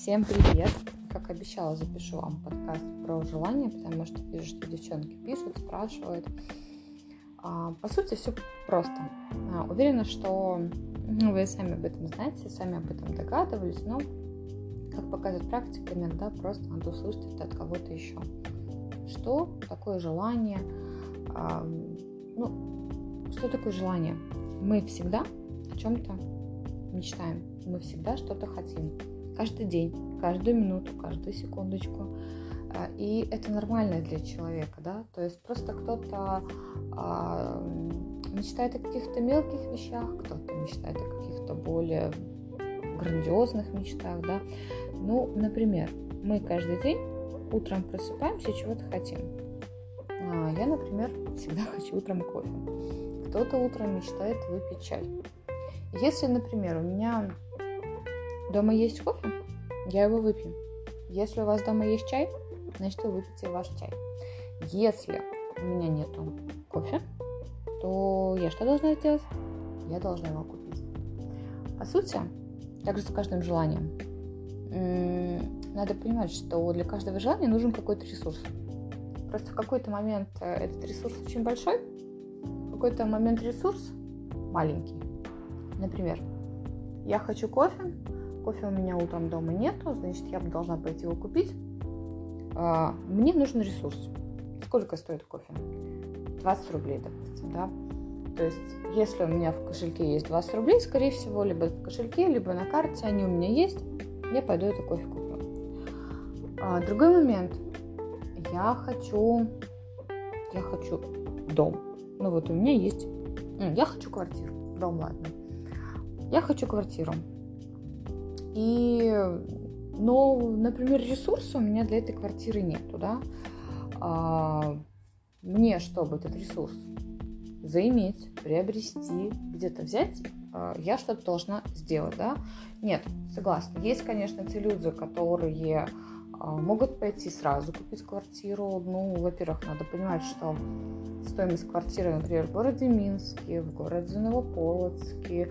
Всем привет! Как обещала, запишу вам подкаст про желание, потому что вижу, что девчонки пишут, спрашивают. По сути, все просто. Уверена, что вы сами об этом знаете, сами об этом догадывались, но, как показывает практика, иногда просто надо услышать это от кого-то еще. Что такое желание? Что такое желание? Мы всегда о чем-то мечтаем, мы всегда что-то хотим. Каждый день, каждую минуту, каждую секундочку. И это нормально для человека, да? То есть просто кто-то мечтает о каких-то мелких вещах, кто-то мечтает о каких-то более грандиозных мечтах, да? Например, мы каждый день утром просыпаемся и чего-то хотим. Я, например, всегда хочу утром кофе. Кто-то утром мечтает выпить чай. Если, например, у меня дома есть кофе, я его выпью. Если у вас дома есть чай, значит, вы выпьете ваш чай. Если у меня нету кофе, то я что должна сделать? Я должна его купить. По сути, так же с каждым желанием. Надо понимать, что для каждого желания нужен какой-то ресурс. Просто в какой-то момент этот ресурс очень большой, в какой-то момент ресурс маленький. Например, я хочу кофе у меня утром дома нету, значит, я должна пойти его купить. Мне нужен ресурс. Сколько стоит кофе? 20 рублей, допустим, да? То есть, если у меня в кошельке есть 20 рублей, скорее всего, либо в кошельке, либо на карте они у меня есть, я пойду это кофе куплю. Другой момент. Я хочу дом. У меня есть... Я хочу квартиру. Дом, ладно. Я хочу квартиру. Но, например, ресурса у меня для этой квартиры нету, да? Мне, чтобы этот ресурс заиметь, приобрести, где-то взять, я что-то должна сделать, да? Нет, согласна. Есть, конечно, те люди, которые могут пойти сразу купить квартиру. Во-первых, надо понимать, что стоимость квартиры, например, в городе Минске, в городе Новополоцке,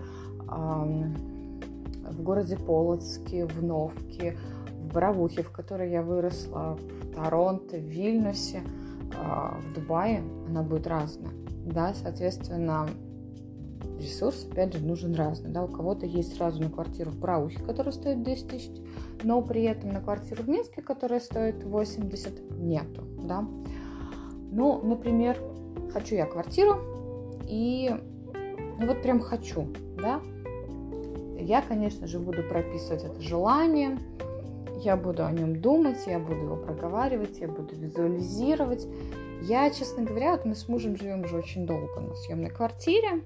в городе Полоцке, в Новке, в Боровухе, в которой я выросла, в Торонто, в Вильнюсе, в Дубае, она будет разная. Да, соответственно, ресурс, опять же, нужен разный. Да? У кого-то есть сразу на квартиру в Боровухе, которая стоит 10 тысяч, но при этом на квартиру в Минске, которая стоит 80, нету. Да? Например, хочу я квартиру, и прям хочу, да? Я, конечно же, буду прописывать это желание, я буду о нем думать, я буду его проговаривать, я буду визуализировать. Я, честно говоря, мы с мужем живем уже очень долго на съемной квартире,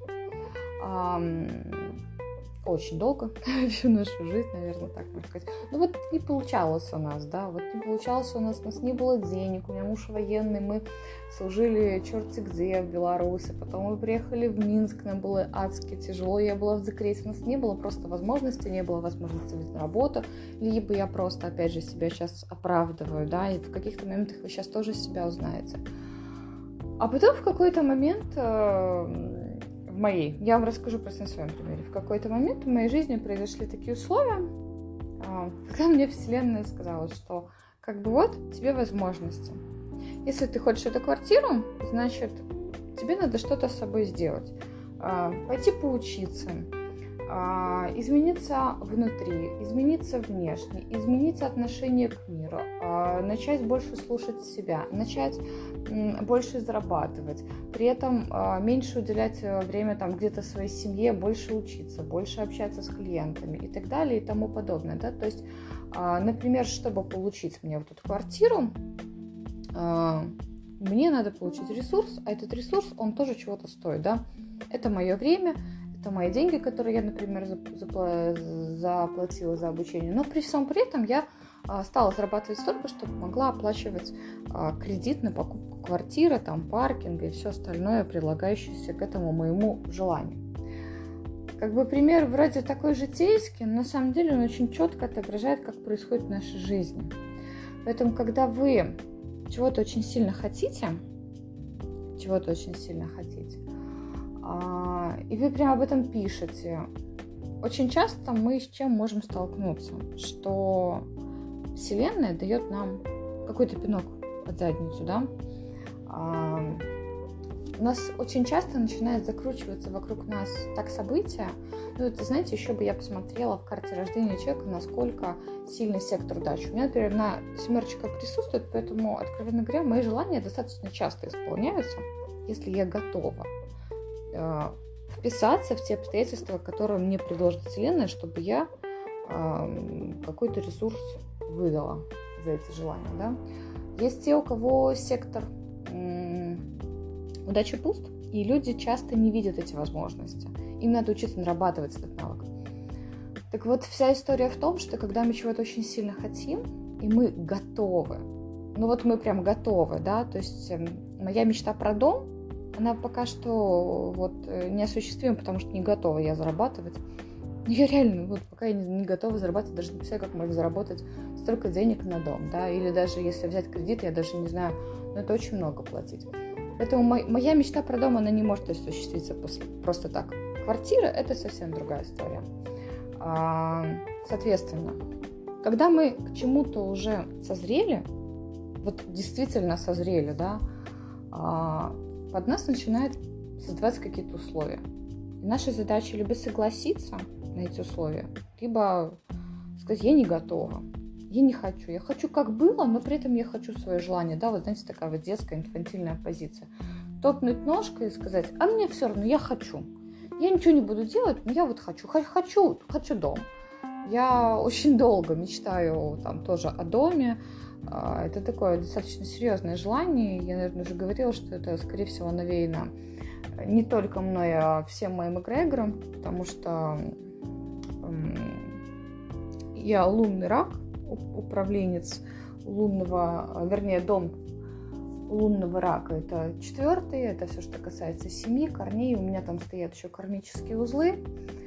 очень долго, всю нашу жизнь, наверное, так можно сказать. Не получалось у нас, да, не получалось у нас не было денег, у меня муж военный, мы служили черти где в Беларуси, потом мы приехали в Минск, нам было адски тяжело, я была в декрете, у нас не было просто возможности, не было возможности выйти на работу, либо я просто, опять же, себя сейчас оправдываю, да, и в каких-то моментах вы сейчас тоже себя узнаете. А потом в какой-то момент... Я вам расскажу просто на своем примере. В какой-то момент в моей жизни произошли такие условия, когда мне Вселенная сказала, что тебе возможности. Если ты хочешь эту квартиру, значит, тебе надо что-то с собой сделать. Пойти поучиться, измениться внутри, измениться внешне, изменить отношение к миру, начать больше слушать себя, начать больше зарабатывать, при этом меньше уделять время где-то своей семье, больше учиться, больше общаться с клиентами и так далее и тому подобное. Да? То есть, например, чтобы получить мне эту квартиру, мне надо получить ресурс, а этот ресурс, он тоже чего-то стоит. Да? Это мое время, это мои деньги, которые я, например, заплатила за обучение. Но при всем при этом я стала зарабатывать столько, чтобы могла оплачивать кредит на покупку квартиры, паркинга и все остальное, прилагающееся к этому моему желанию. Пример вроде такой житейский, но на самом деле он очень четко отображает, как происходит в нашей жизни. Поэтому, когда вы чего-то очень сильно хотите, и вы прямо об этом пишете, очень часто мы с чем можем столкнуться, что Вселенная дает нам какой-то пинок под задницу, да. У нас очень часто начинает закручиваться вокруг нас так события. Ну, это, знаете, еще бы я посмотрела в карте рождения человека, насколько сильный сектор удачи. У меня, например, на семерочка присутствует, поэтому, откровенно говоря, мои желания достаточно часто исполняются, если я готова вписаться в те обстоятельства, которые мне предложит Вселенная, чтобы я какой-то ресурс выдала за эти желания, да. Есть те, у кого сектор удачи пуст, и люди часто не видят эти возможности. Им надо учиться нарабатывать этот навык. Так вот, вся история в том, что когда мы чего-то очень сильно хотим, и мы готовы, ну вот мы прям готовы, да, то есть моя мечта про дом, она пока что вот неосуществима, потому что не готова я зарабатывать. Я реально, вот пока я не готова зарабатывать, даже не представляю, как можно заработать столько денег на дом, да, или даже если взять кредит, я даже не знаю, но это очень много платить. Поэтому моя мечта про дом, она не может осуществиться просто так. Квартира – это совсем другая история. Соответственно, когда мы к чему-то уже созрели, вот действительно созрели, да, под нас начинают создаваться какие-то условия. И наша задача либо согласиться на эти условия, либо сказать: я не готова, я не хочу. Я хочу, как было, но при этом я хочу свое желание. Да, вот знаете, такая вот детская инфантильная позиция. Топнуть ножкой и сказать: а мне все равно, я хочу. Я ничего не буду делать, но я вот хочу дом. Я очень долго мечтаю там тоже о доме. Это такое достаточно серьезное желание. Я, наверное, уже говорила, что это, скорее всего, навеяно не только мной, а всем моим эгрегором, потому что я лунный рак, управленец лунного, вернее, дом лунного рака. Это 4-й, это все, что касается 7 корней. У меня там стоят еще кармические узлы.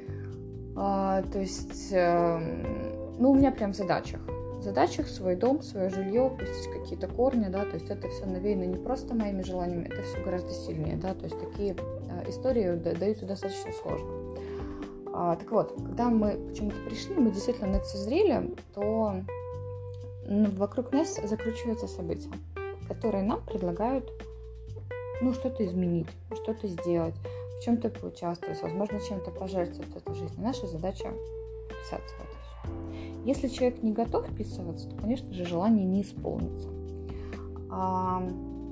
То есть, у меня прям в задачах свой дом, свое жилье, пустить какие-то корни, да, то есть это все навеяно не просто моими желаниями, это все гораздо сильнее, да, то есть такие истории даются достаточно сложно. Так вот, когда мы к чему-то пришли, мы действительно на это созрели, то вокруг нас закручиваются события, которые нам предлагают, что-то изменить, что-то сделать, в чем-то поучаствовать, возможно, чем-то пожертвовать в этой жизни. Наша задача вписаться в это все. Если человек не готов вписываться, то, конечно же, желание не исполнится. А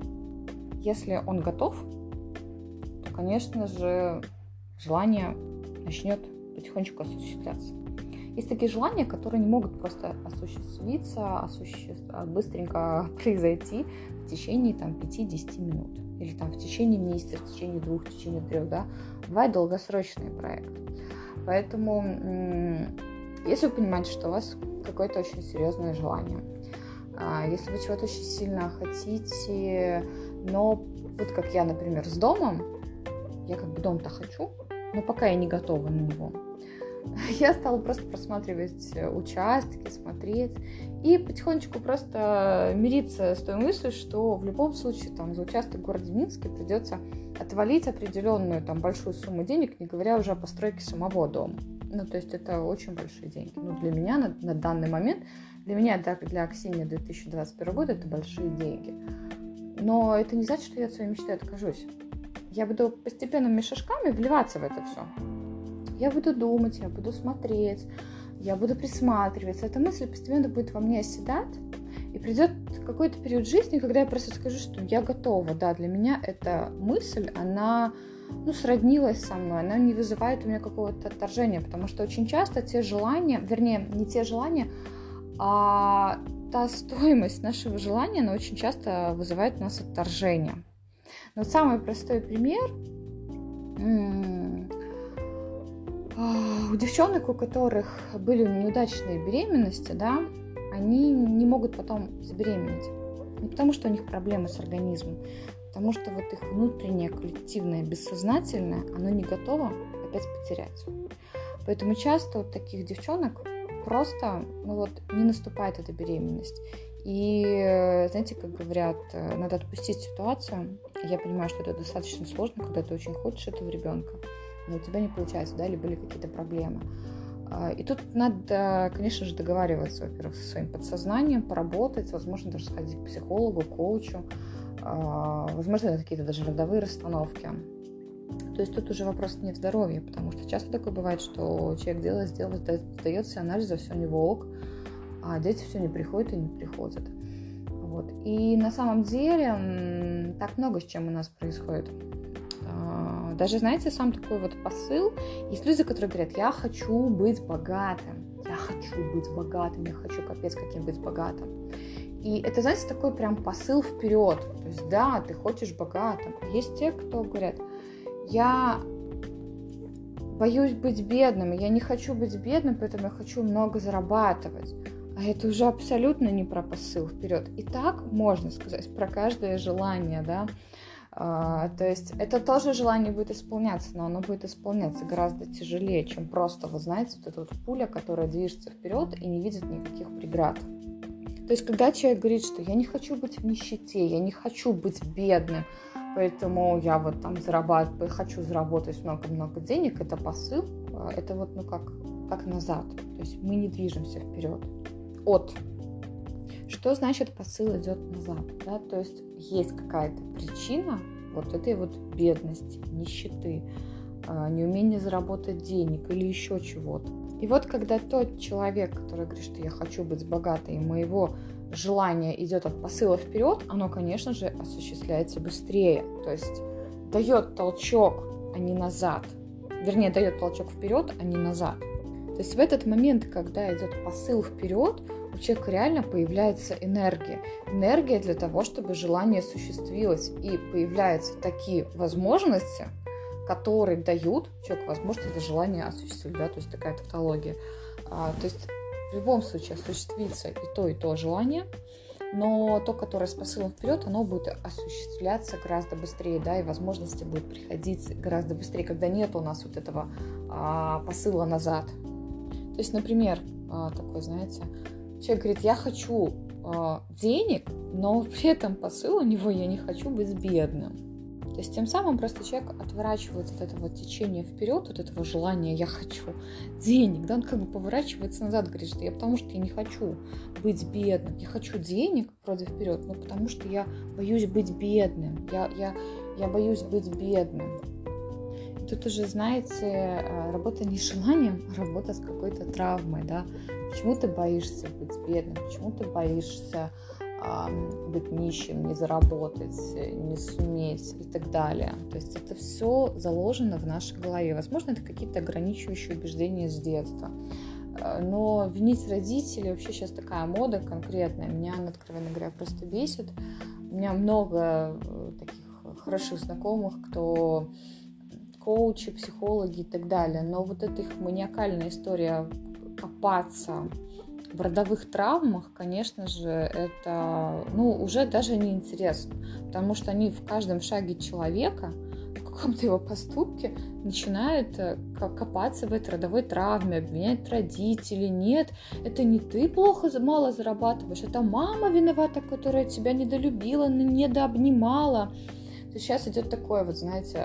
если он готов, то, конечно же, желание начнет потихонечку осуществляться. Есть такие желания, которые не могут просто осуществиться, быстренько произойти в течение 5-10 минут. Или в течение месяца, в течение 2, в течение 3, да. Бывает долгосрочный проект. Поэтому, если вы понимаете, что у вас какое-то очень серьезное желание, если вы чего-то очень сильно хотите, но вот как я, например, с домом, я дом-то хочу, но пока я не готова на него, я стала просто просматривать участки, смотреть и потихонечку просто мириться с той мыслью, что в любом случае за участок в городе Минске придется отвалить определенную большую сумму денег, не говоря уже о постройке самого дома. То есть это очень большие деньги. Для меня на данный момент, для Аксиньи 2021 года это большие деньги. Но это не значит, что я от своей мечты откажусь. Я буду постепенными шажками вливаться в это все. Я буду думать, я буду смотреть, я буду присматриваться. Эта мысль постепенно будет во мне оседать, и придет какой-то период жизни, когда я просто скажу, что я готова. Да, для меня эта мысль, она сроднилась со мной, она не вызывает у меня какого-то отторжения, потому что очень часто те желания, вернее, не те желания, а та стоимость нашего желания, она очень часто вызывает у нас отторжение. Но самый простой пример. У девчонок, у которых были неудачные беременности, да, они не могут потом забеременеть. Не потому, что у них проблемы с организмом, потому что их внутреннее, коллективное, бессознательное, оно не готово опять потерять. Поэтому часто у таких девчонок просто, не наступает эта беременность. И, знаете, как говорят, надо отпустить ситуацию. Я понимаю, что это достаточно сложно, когда ты очень хочешь этого ребенка, но у тебя не получается, да, или были какие-то проблемы. И тут надо, конечно же, договариваться, во-первых, со своим подсознанием, поработать, возможно, даже сходить к психологу, коучу, возможно, это какие-то даже родовые расстановки. То есть тут уже вопрос не в здоровье, потому что часто такое бывает, что человек делает, сдает все анализы, все у него ок, а дети все не приходят и не приходят. Вот. И на самом деле так много с чем у нас происходит. Даже, знаете, сам такой вот посыл. Есть люди, которые говорят: я хочу быть богатым, я хочу капец каким быть богатым. И это, знаете, такой прям посыл вперед. То есть, да, ты хочешь богатым. Есть те, кто говорят: я боюсь быть бедным, я не хочу быть бедным, поэтому я хочу много зарабатывать. А это уже абсолютно не про посыл вперед. И так можно сказать про каждое желание, да. То есть это тоже желание будет исполняться, но оно будет исполняться гораздо тяжелее, чем просто, вы знаете, вот эта вот пуля, которая движется вперед и не видит никаких преград. То есть когда человек говорит, что я не хочу быть в нищете, я не хочу быть бедным, поэтому я вот там хочу заработать много-много денег, это посыл, это вот как назад. То есть мы не движемся вперед. Что значит посыл идет назад? Да? То есть есть какая-то причина вот этой вот бедности, нищеты, неумения заработать денег или еще чего-то. И вот когда тот человек, который говорит, что я хочу быть богатой, и моего желания идет от посыла вперед, оно, конечно же, осуществляется быстрее. То есть дает толчок, а не назад. Вернее, дает толчок вперед, а не назад. То есть в этот момент, когда идет посыл вперед, у человека реально появляется энергия. Энергия для того, чтобы желание осуществилось. И появляются такие возможности, которые дают человеку возможность это желание осуществить. Да? То есть такая тавтология. То есть в любом случае осуществится и то желание, но то, которое с посылом вперед, оно будет осуществляться гораздо быстрее, да, и возможности будут приходить гораздо быстрее, когда нет у нас вот этого посыла назад. То есть, например, такой, знаете, человек говорит: я хочу денег, но при этом посыл у него: я не хочу быть бедным. То есть тем самым просто человек отворачивается от этого течения вперед, от этого желания «я хочу денег», да, он как бы поворачивается назад, говорит, что я потому что я не хочу быть бедным, я хочу денег вроде вперед, но потому что я боюсь быть бедным, я боюсь быть бедным. И тут уже, знаете, работа не с желанием, а работа с какой-то травмой, да. Почему ты боишься быть бедным, почему ты боишься быть нищим, не заработать, не суметь и так далее. То есть это все заложено в нашей голове. Возможно, это какие-то ограничивающие убеждения с детства. Но винить родителей, вообще сейчас такая мода конкретная, меня она, откровенно говоря, просто бесит. У меня много таких хороших знакомых, кто коучи, психологи и так далее. Но вот эта их маниакальная история копаться в родовых травмах, конечно же, это уже даже не интересно, потому что они в каждом шаге человека, в каком-то его поступке начинают копаться в этой родовой травме, обвинять родителей. Нет, это не ты мало зарабатываешь, это мама виновата, которая тебя недолюбила, недообнимала. То есть сейчас идет такое, вот знаете,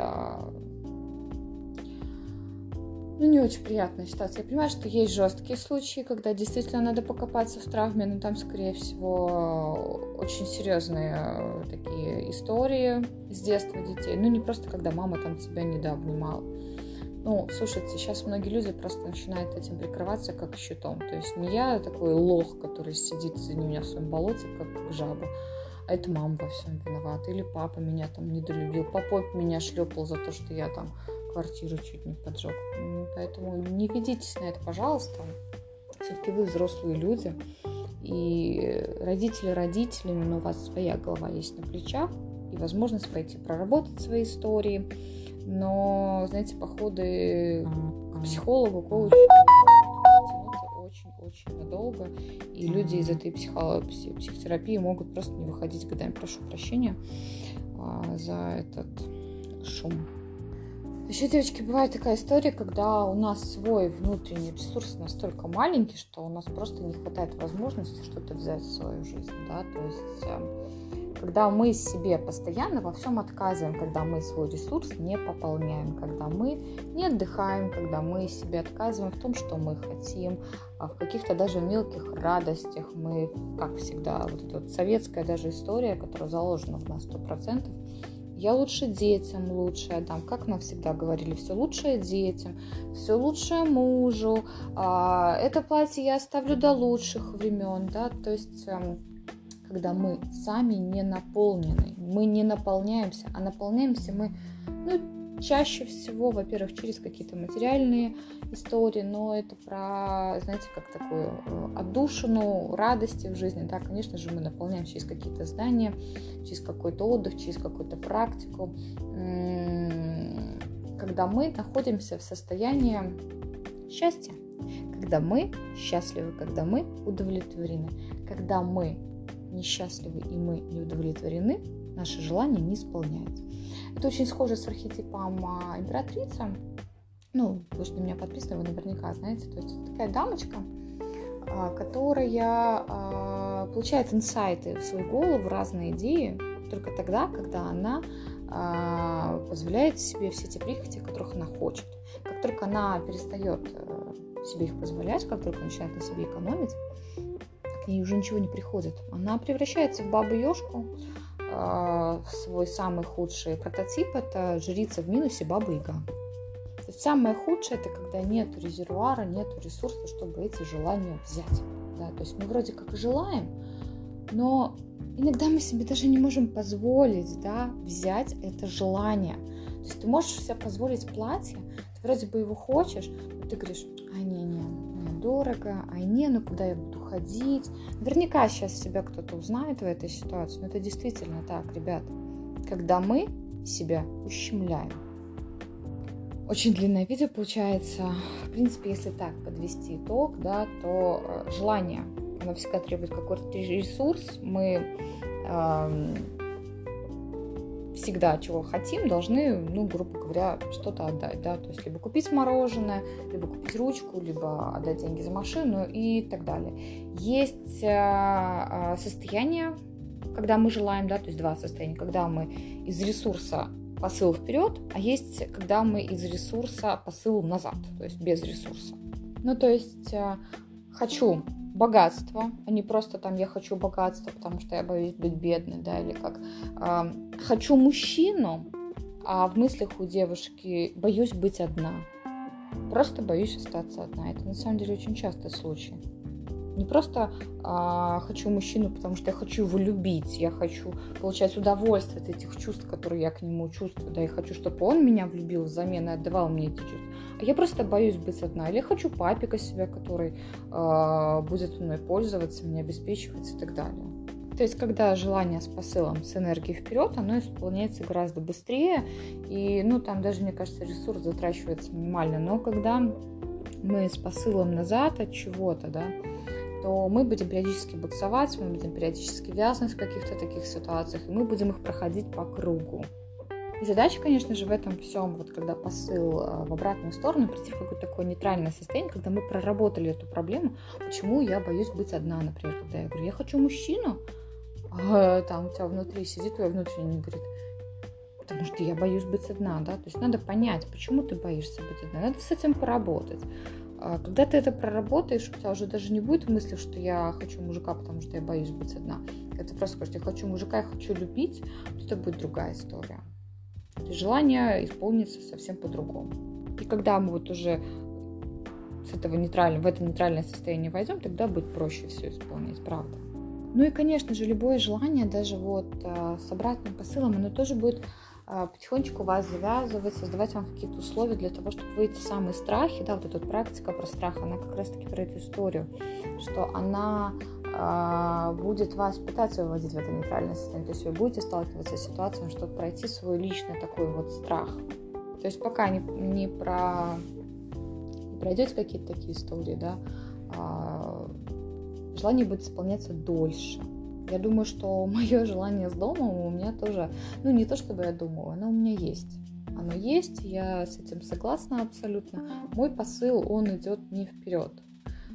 не очень приятная ситуация. Я понимаю, что есть жесткие случаи, когда действительно надо покопаться в травме, но там, скорее всего, очень серьезные такие истории с детства детей. Не просто когда мама там тебя недообнимала. Слушайте, сейчас многие люди просто начинают этим прикрываться как щитом. То есть не я такой лох, который сидит за меня в своем болоте, как жаба, а это мама во всем виновата. Или папа меня там недолюбил, папа меня шлепал за то, что я там квартиру чуть не поджег. Поэтому не ведитесь на это, пожалуйста. Все-таки вы взрослые люди. И родители родителями, но у вас своя голова есть на плечах. И возможность пойти проработать свои истории. Но, знаете, походы к психологу, коучу тянутся очень-очень надолго. И люди из этой психотерапии могут просто не выходить годами. Прошу прощения за этот шум. Еще, девочки, бывает такая история, когда у нас свой внутренний ресурс настолько маленький, что у нас просто не хватает возможности что-то взять в свою жизнь, да, то есть когда мы себе постоянно во всем отказываем, когда мы свой ресурс не пополняем, когда мы не отдыхаем, когда мы себе отказываем в том, что мы хотим, в каких-то даже мелких радостях. Мы, как всегда, вот эта вот советская даже история, которая заложена в нас 100%, я лучше детям, лучшее дам. Как нам всегда говорили, все лучшее детям, все лучшее мужу, это платье я оставлю до лучших времен, да, то есть когда мы сами не наполнены, мы не наполняемся, а наполняемся мы, чаще всего, во-первых, через какие-то материальные истории, но это про, знаете, как такую отдушину радости в жизни, да, конечно же, мы наполняем через какие-то знания, через какой-то отдых, через какую-то практику, когда мы находимся в состоянии счастья, когда мы счастливы, когда мы удовлетворены, когда мы несчастливы и мы не удовлетворены, наше желание не исполняется. Это очень схоже с архетипом императрицы. Вы же на меня подписаны, вы наверняка знаете. То есть такая дамочка, которая получает инсайты в свою голову, разные идеи, только тогда, когда она позволяет себе все те прихоти, которых она хочет. Как только она перестает себе их позволять, как только начинает на себе экономить, к ней уже ничего не приходит. Она превращается в бабу-ёжку. Свой самый худший прототип – это жрица в минусе, баба-яга. То есть самое худшее – это когда нет резервуара, нет ресурса, чтобы эти желания взять. Да? То есть мы вроде как и желаем, но иногда мы себе даже не можем позволить, да, взять это желание. То есть ты можешь себе позволить платье, ты вроде бы его хочешь, но ты говоришь: не, дорого, куда я буду ходить. Наверняка сейчас себя кто-то узнает в этой ситуации, но это действительно так, ребят. Когда мы себя ущемляем. Очень длинное видео получается. В принципе, если так подвести итог, да, то желание, оно всегда требует какой-то ресурс. Мы всегда, чего хотим, должны, грубо говоря, что-то отдать, да, то есть либо купить мороженое, либо купить ручку, либо отдать деньги за машину и так далее. Есть состояние, когда мы желаем, да, то есть два состояния, когда мы из ресурса посыл вперед, а есть, когда мы из ресурса посыл назад, то есть без ресурса. То есть хочу богатство, а не просто я хочу богатство, потому что я боюсь быть бедной, да, или как хочу мужчину, а в мыслях у девушки боюсь быть одна, просто боюсь остаться одна. Это на самом деле очень частый случай. Не просто хочу мужчину, потому что я хочу его любить, я хочу получать удовольствие от этих чувств, которые я к нему чувствую, да, и хочу, чтобы он меня влюбил взамен и отдавал мне эти чувства. А я просто боюсь быть одна. Или я хочу папика себе, который будет мной пользоваться, меня обеспечивать и так далее. То есть, когда желание с посылом, с энергией вперед, оно исполняется гораздо быстрее, и, там даже, мне кажется, ресурс затрачивается минимально. Но когда мы с посылом назад от чего-то, да, то мы будем периодически буксовать, мы будем периодически вязнуть в каких-то таких ситуациях, и мы будем их проходить по кругу. И задача, конечно же, в этом всем, когда посыл в обратную сторону, прийти в какое-то такое нейтральное состояние, когда мы проработали эту проблему, почему я боюсь быть одна, например, когда я говорю: я хочу мужчину, а там у тебя внутри сидит твой внутренний и говорит: потому что я боюсь быть одна, да, то есть надо понять, почему ты боишься быть одна, надо с этим поработать. Когда ты это проработаешь, у тебя уже даже не будет в мысли, что я хочу мужика, потому что я боюсь быть одна. Когда ты просто скажешь: я хочу мужика, я хочу любить, то это будет другая история. То есть желание исполнится совсем по-другому. И когда мы уже в это нейтральное состояние войдем, тогда будет проще все исполнить, правда. И, конечно же, любое желание, даже с обратным посылом, оно тоже будет потихонечку вас завязывать, создавать вам какие-то условия для того, чтобы вы эти самые страхи, да, вот эта практика про страх, она как раз-таки про эту историю, что она будет вас пытаться выводить в это нейтральное состояние, то есть вы будете сталкиваться с ситуацией, чтобы пройти свой личный такой страх. То есть пока не пройдете какие-то такие истории, да, желание будет исполняться дольше. Я думаю, что мое желание с домом у меня тоже, не то чтобы я думаю, оно у меня есть. Оно есть, я с этим согласна абсолютно. Мой посыл, он идет не вперед.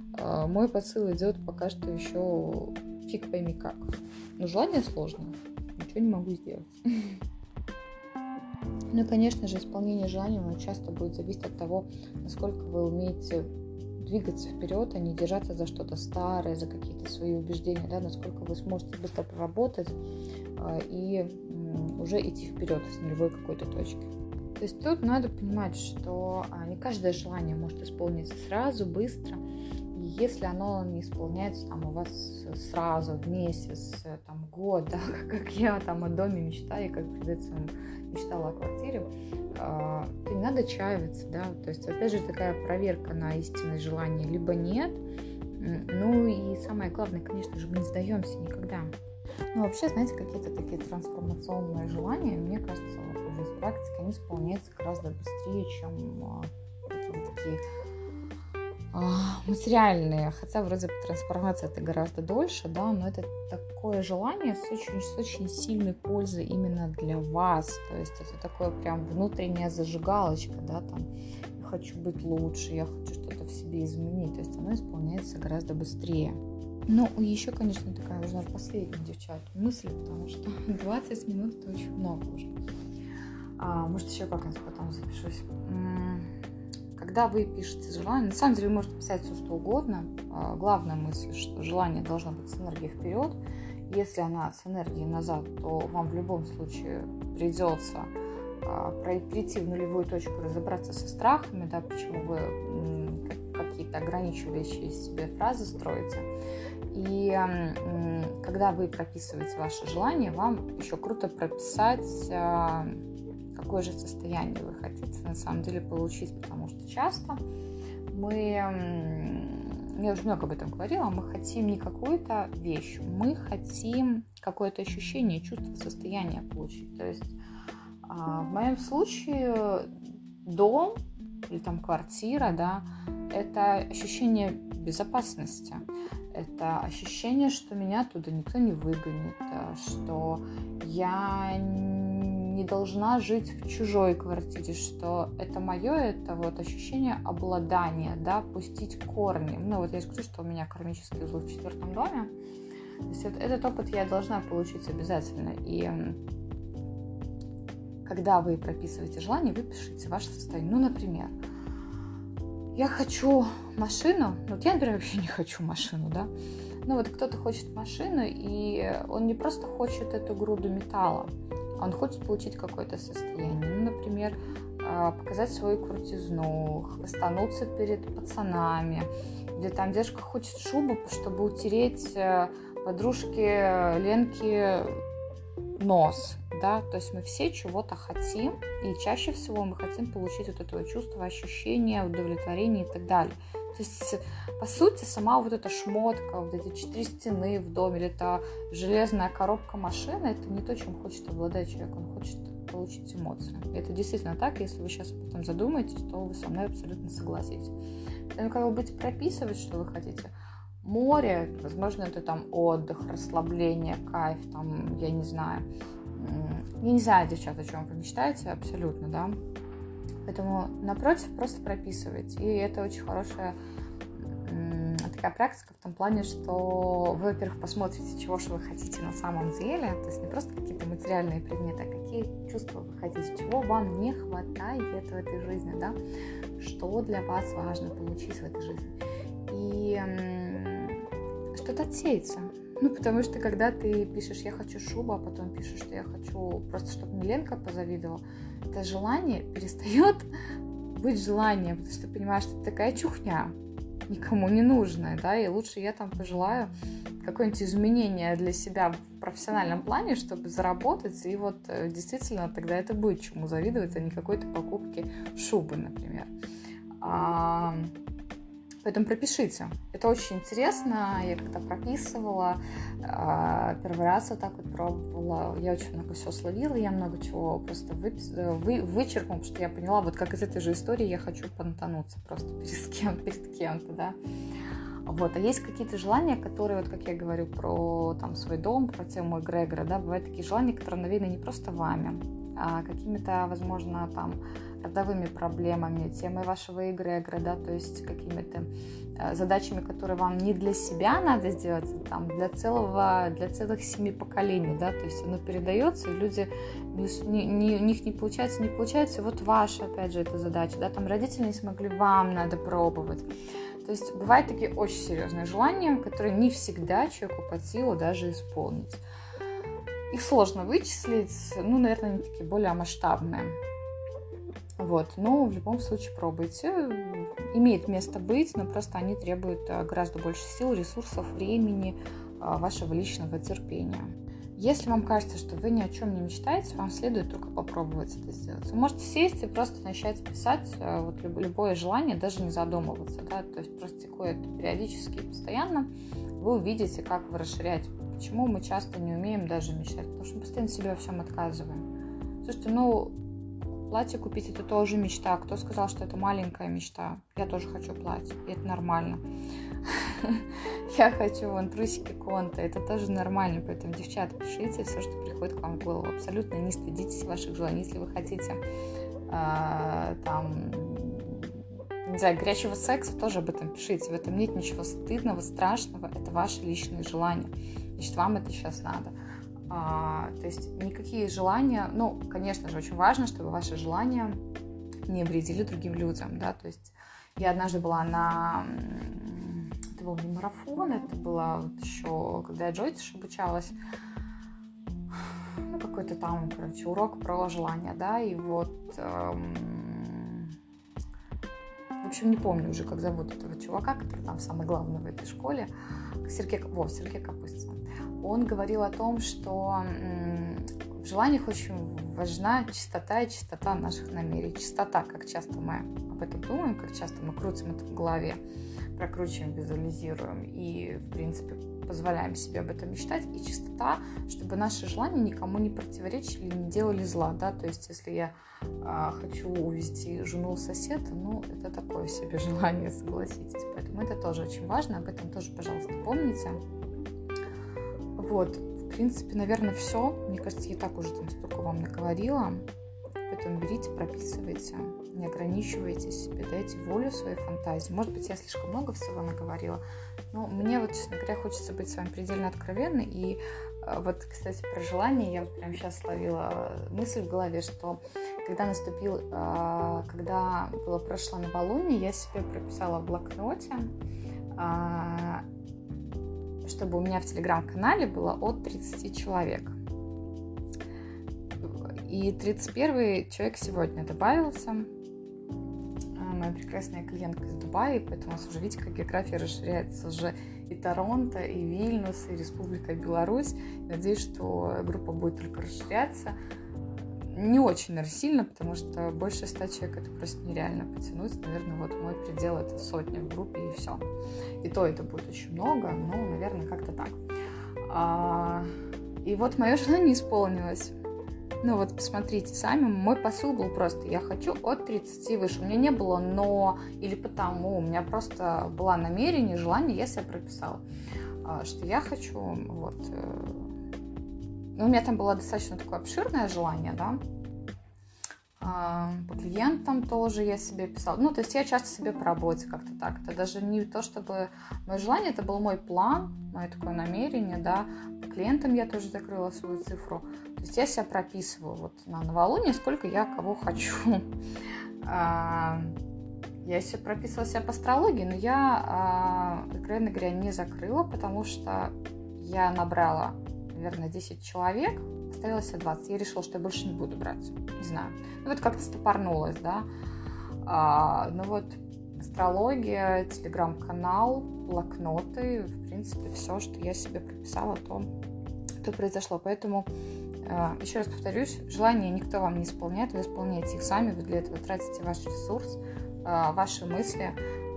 Мой посыл идет пока что еще фиг пойми как. Но желание сложное. ничего не могу сделать. Ну и, конечно же, исполнение желаний часто будет зависеть от того, насколько вы умеете двигаться вперед, а не держаться за что-то старое, за какие-то свои убеждения, да, насколько вы сможете быстро проработать и уже идти вперед с нулевой какой-то точки. То есть тут надо понимать, что не каждое желание может исполниться сразу, быстро. И если оно не исполняется там, у вас сразу, в месяц, там, год, да, как я там о доме мечтаю, как перед этим мечтала о квартире, то не надо отчаиваться, да, то есть опять же такая проверка на истинное желание, либо нет. Ну и самое главное, конечно же, мы не сдаемся никогда. Ну вообще, знаете, какие-то такие трансформационные желания, мне кажется, вот уже из практики, они исполняются гораздо быстрее, чем какие-то такие материальные, хотя вроде бы трансформация это гораздо дольше, да, но это такое желание с очень сильной пользой именно для вас, то есть это такое прям внутренняя зажигалочка, да, там, я хочу быть лучше, я хочу что-то в себе изменить, то есть оно исполняется гораздо быстрее. Ну, еще, конечно, такая уже последняя, девчат, мысль, потому что 20 минут это очень много уже. Может, еще как-нибудь потом запишусь. Когда вы пишете желание, на самом деле вы можете писать все, что угодно. Главная мысль, что желание должно быть с энергией вперед. Если она с энергией назад, то вам в любом случае придется прийти в нулевую точку, разобраться со страхами, да, почему вы какие-то ограничивающие себе фразы строите. И когда вы прописываете ваше желание, вам еще круто прописать, какое же состояние вы хотите на самом деле получить, потому что часто я уже много об этом говорила, мы хотим не какую-то вещь, мы хотим какое-то ощущение, чувство, состояние получить. То есть в моем случае дом или там квартира, да, это ощущение безопасности, это ощущение, что меня оттуда никто не выгонит, что я не должна жить в чужой квартире, что это мое, это вот ощущение обладания, да, пустить корни. Ну вот я же говорю, что у меня кармический узел в 4-м доме, то есть этот опыт я должна получить обязательно. И когда вы прописываете желание, вы пишите ваше состояние. Ну, например, я хочу машину, вот я, например, вообще не хочу машину, да, ну вот кто-то хочет машину, и он не просто хочет эту груду металла, он хочет получить какое-то состояние, ну, например, показать свою крутизну, хвастануться перед пацанами, или там девушка хочет шубу, чтобы утереть подружке Ленке нос, да, то есть мы все чего-то хотим, и чаще всего мы хотим получить вот это чувство, ощущение, удовлетворение и так далее. То есть, по сути, сама вот эта шмотка, вот эти 4 стены в доме, или это железная коробка машины, это не то, чем хочет обладать человек, он хочет получить эмоции. И это действительно так, если вы сейчас об этом задумаетесь, то вы со мной абсолютно согласитесь. Поэтому, когда вы будете прописывать, что вы хотите, море, возможно, это там отдых, расслабление, кайф, там, я не знаю, девчата, о чем вы мечтаете, абсолютно, да. Поэтому, напротив, просто прописывайте. И это очень хорошая такая практика в том плане, что вы, во-первых, посмотрите, чего же вы хотите на самом деле, то есть не просто какие-то материальные предметы, а какие чувства вы хотите, чего вам не хватает в этой жизни, да, что для вас важно получить в этой жизни. И что-то отсеется. Ну, потому что когда ты пишешь «я хочу шубу», а потом пишешь, что «я хочу просто, чтобы мне Ленка позавидовала», это желание перестает быть желанием, потому что ты понимаешь, что это такая чухня, никому не нужная, да, и лучше я там пожелаю какое-нибудь изменение для себя в профессиональном плане, чтобы заработать, и вот действительно тогда это будет чему завидовать, а не какой-то покупке шубы, например. Поэтому пропишите. Это очень интересно. Я когда прописывала, первый раз вот так вот пробовала, я очень много всего словила, я много чего просто вычеркнула, потому что я поняла, вот как из этой же истории я хочу понтануться просто перед кем-то, да. Вот. А есть какие-то желания, которые, вот как я говорю про там, свой дом, про тему эгрегора, да, бывают такие желания, которые навеяны не просто вами, а какими-то, возможно, там родовыми проблемами, темой вашего эгрегора, да, то есть какими-то задачами, которые вам не для себя надо сделать, а там для целых 7 поколений, да, то есть оно передается, и люди, у них не получается, и вот ваша, опять же, эта задача, да, там родители не смогли, вам надо пробовать. То есть бывают такие очень серьезные желания, которые не всегда человеку под силу даже исполнить. Их сложно вычислить, наверное, они такие более масштабные. Вот, но в любом случае пробуйте. Имеет место быть, но просто они требуют гораздо больше сил, ресурсов, времени, вашего личного терпения. Если вам кажется, что вы ни о чем не мечтаете, вам следует только попробовать это сделать. Вы можете сесть и просто начать писать вот любое желание, даже не задумываться, да, то есть практикуя это периодически и постоянно, вы увидите, как вы расширяете. Почему мы часто не умеем даже мечтать? Потому что мы постоянно себе во всем отказываем. Слушайте, платье купить — это тоже мечта. Кто сказал, что это маленькая мечта? Я тоже хочу платье, и это нормально. Я хочу трусики Конта, это тоже нормально. Поэтому, девчата, пишите все, что приходит к вам в голову. Абсолютно не стыдитесь ваших желаний. Если вы хотите не знаю, горячего секса, тоже об этом пишите. В этом нет ничего стыдного, страшного. Это ваши личные желания. Значит, вам это сейчас надо. То есть никакие желания, конечно же, очень важно, чтобы ваши желания не вредили другим людям, да, то есть я однажды была это был не марафон, это было вот еще, когда я Джойтиш обучалась, какой-то там, урок про желания, да, и вот, в общем, не помню уже, как зовут этого чувака, который там самый главный в этой школе, Сергей Капустин. Он говорил о том, что в желаниях очень важна чистота и чистота наших намерений. Чистота, как часто мы об этом думаем, как часто мы крутим это в голове, прокручиваем, визуализируем и, в принципе, позволяем себе об этом мечтать. И чистота, чтобы наши желания никому не противоречили, не делали зла, да, то есть если я хочу увезти жену соседа, это такое себе желание, согласитесь. Поэтому это тоже очень важно, об этом тоже, пожалуйста, помните. Вот, в принципе, наверное, все. Мне кажется, я так уже там столько вам наговорила. Поэтому берите, прописывайте, не ограничивайте себя, дайте волю своей фантазии. Может быть, я слишком много всего наговорила, но мне вот, честно говоря, хочется быть с вами предельно откровенной. И вот, кстати, про желание я вот прямо сейчас словила мысль в голове, что когда прошло новолуние, я себе прописала в блокноте, чтобы у меня в телеграм-канале было от 30 человек. И 31-й человек сегодня добавился. Моя прекрасная клиентка из Дубая, поэтому у нас уже, видите, как география расширяется уже и Торонто, и Вильнюс, и Республика Беларусь. Надеюсь, что группа будет только расширяться. Не очень, наверное, сильно, потому что больше 100 человек это просто нереально потянуть. Наверное, вот мой предел — это 100 в группе, и все. И то это будет очень много, но, наверное, как-то так. И вот мое желание исполнилось. Вот посмотрите сами, мой посыл был просто: я хочу от 30 выше. У меня не было но или потому, у меня просто было намерение, желание, я себе прописала, что я хочу, вот. У меня там было достаточно такое обширное желание, да. По клиентам тоже я себе писала. То есть я часто себе по работе как-то так. Это даже не то, чтобы мое желание, это был мой план, мое такое намерение, да. По клиентам я тоже закрыла свою цифру. То есть я себя прописываю вот на новолуние, сколько я кого хочу. Я себе прописывала себя по астрологии, но я, откровенно говоря, не закрыла, потому что я набрала, наверное, 10 человек, оставила себе 20. Я решила, что я больше не буду брать. Не знаю. Вот как-то стопорнулась, да. Вот астрология, телеграм-канал, блокноты, в принципе, все, что я себе прописала, то произошло. Поэтому, еще раз повторюсь, желания никто вам не исполняет, вы исполняете их сами, вы для этого тратите ваш ресурс, ваши мысли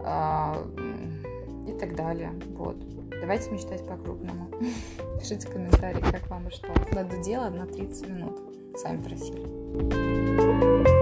и так далее. Вот. Давайте мечтать по-крупному. Пишите комментарии, как вам и что. Надо делать на 30 минут. Сами просили.